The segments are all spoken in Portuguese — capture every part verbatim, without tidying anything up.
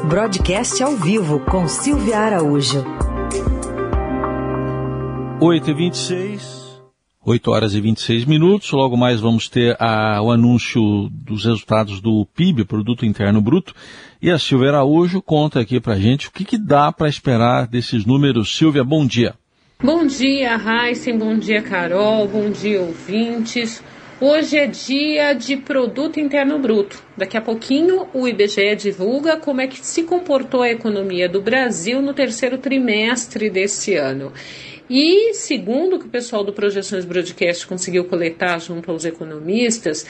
Broadcast ao vivo com Silvia Araújo. oito e vinte e seis, oito horas e vinte e seis minutos. Logo mais vamos ter a, o anúncio dos resultados do P I B, Produto Interno Bruto. E a Silvia Araújo conta aqui pra gente o que, que dá para esperar desses números. Silvia, bom dia. Bom dia, Heisen, bom dia, Carol, bom dia, ouvintes. Hoje é dia de Produto Interno Bruto. Daqui a pouquinho o I B G E divulga como é que se comportou a economia do Brasil no terceiro trimestre desse ano. E, segundo o que o pessoal do Projeções Broadcast conseguiu coletar junto aos economistas,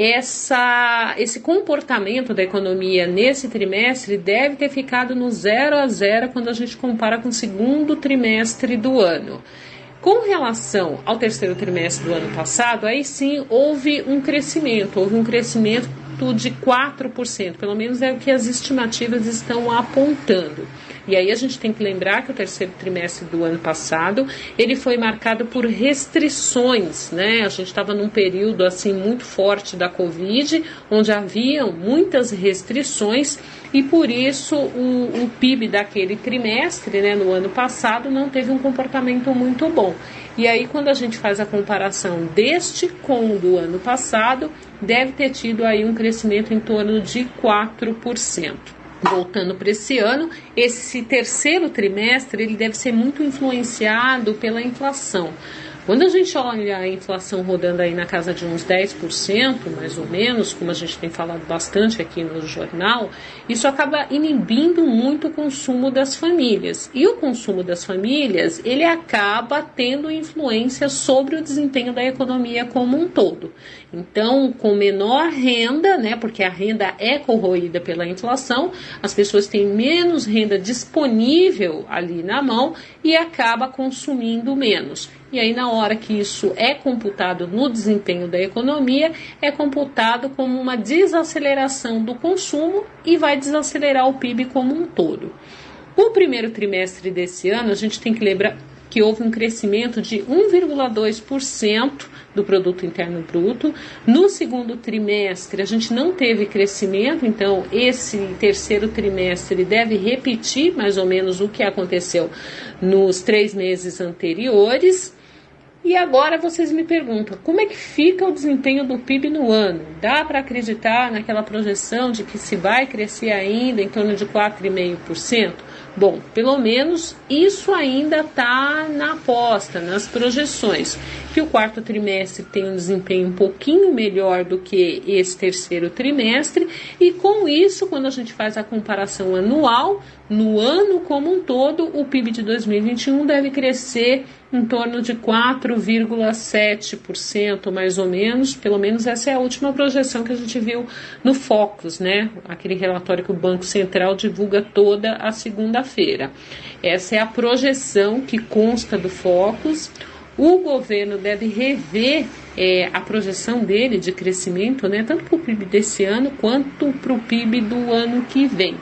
essa, esse comportamento da economia nesse trimestre deve ter ficado no zero a zero quando a gente compara com o segundo trimestre do ano. Com relação ao terceiro trimestre do ano passado, aí sim houve um crescimento, houve um crescimento de quatro por cento, pelo menos é o que as estimativas estão apontando. E aí a gente tem que lembrar que o terceiro trimestre do ano passado, ele foi marcado por restrições, né? A gente estava num período assim muito forte da Covid, onde haviam muitas restrições e por isso o, o P I B daquele trimestre, né, no ano passado, não teve um comportamento muito bom. E aí quando a gente faz a comparação deste com o do ano passado, deve ter tido aí um crescimento em torno de quatro por cento. Voltando para esse ano, esse terceiro trimestre ele deve ser muito influenciado pela inflação. Quando a gente olha a inflação rodando aí na casa de uns dez por cento, mais ou menos, como a gente tem falado bastante aqui no jornal, isso acaba inibindo muito o consumo das famílias. E o consumo das famílias, ele acaba tendo influência sobre o desempenho da economia como um todo. Então, com menor renda, né, porque a renda é corroída pela inflação, as pessoas têm menos renda disponível ali na mão e acaba consumindo menos. E aí, na hora que isso é computado no desempenho da economia, é computado como uma desaceleração do consumo e vai desacelerar o P I B como um todo. O primeiro trimestre desse ano, a gente tem que lembrar que houve um crescimento de um vírgula dois por cento do Produto Interno Bruto. No segundo trimestre, a gente não teve crescimento, então esse terceiro trimestre deve repetir mais ou menos o que aconteceu nos três meses anteriores. E agora vocês me perguntam, como é que fica o desempenho do P I B no ano? Dá para acreditar naquela projeção de que se vai crescer ainda em torno de quatro vírgula cinco por cento? Bom, pelo menos isso ainda está na aposta, nas projeções, que o quarto trimestre tem um desempenho um pouquinho melhor do que esse terceiro trimestre, e com isso, quando a gente faz a comparação anual, no ano como um todo, o P I B de dois mil e vinte e um deve crescer em torno de quatro vírgula sete por cento, mais ou menos, pelo menos essa é a última projeção que a gente viu no Focus, né? Aquele relatório que o Banco Central divulga toda a segunda-feira. Essa é a projeção que consta do Focus. O governo deve rever é, a projeção dele de crescimento, né? Tanto para o P I B desse ano quanto para o P I B do ano que vem.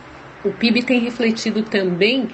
O P I B tem refletido também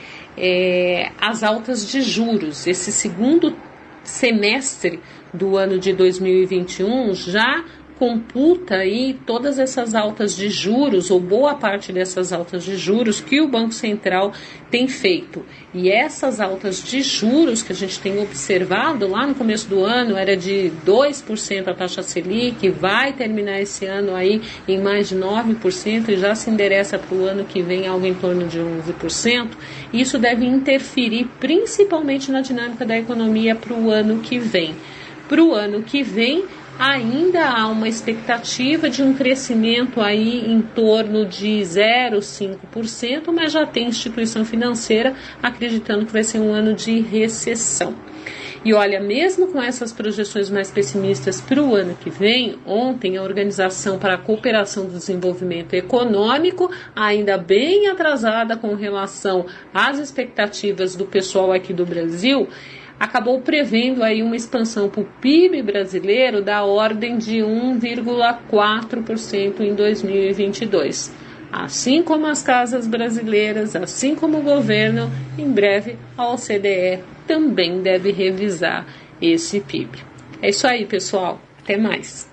é, as altas de juros. Esse segundo semestre do ano de dois mil e vinte e um já computa aí todas essas altas de juros, ou boa parte dessas altas de juros que o Banco Central tem feito. E essas altas de juros que a gente tem observado lá no começo do ano, era de dois por cento a taxa Selic, vai terminar esse ano aí em mais de nove por cento e já se endereça para o ano que vem algo em torno de onze por cento. Isso deve interferir principalmente na dinâmica da economia para o ano que vem. Para o ano que vem, ainda há uma expectativa de um crescimento aí em torno de zero vírgula cinco por cento, mas já tem instituição financeira acreditando que vai ser um ano de recessão. E olha, mesmo com essas projeções mais pessimistas para o ano que vem, ontem a Organização para a Cooperação do Desenvolvimento Econômico, ainda bem atrasada com relação às expectativas do pessoal aqui do Brasil, acabou prevendo aí uma expansão para o P I B brasileiro da ordem de um vírgula quatro por cento em dois mil e vinte e dois. Assim como as casas brasileiras, assim como o governo, em breve a O C D E também deve revisar esse P I B. É isso aí, pessoal. Até mais.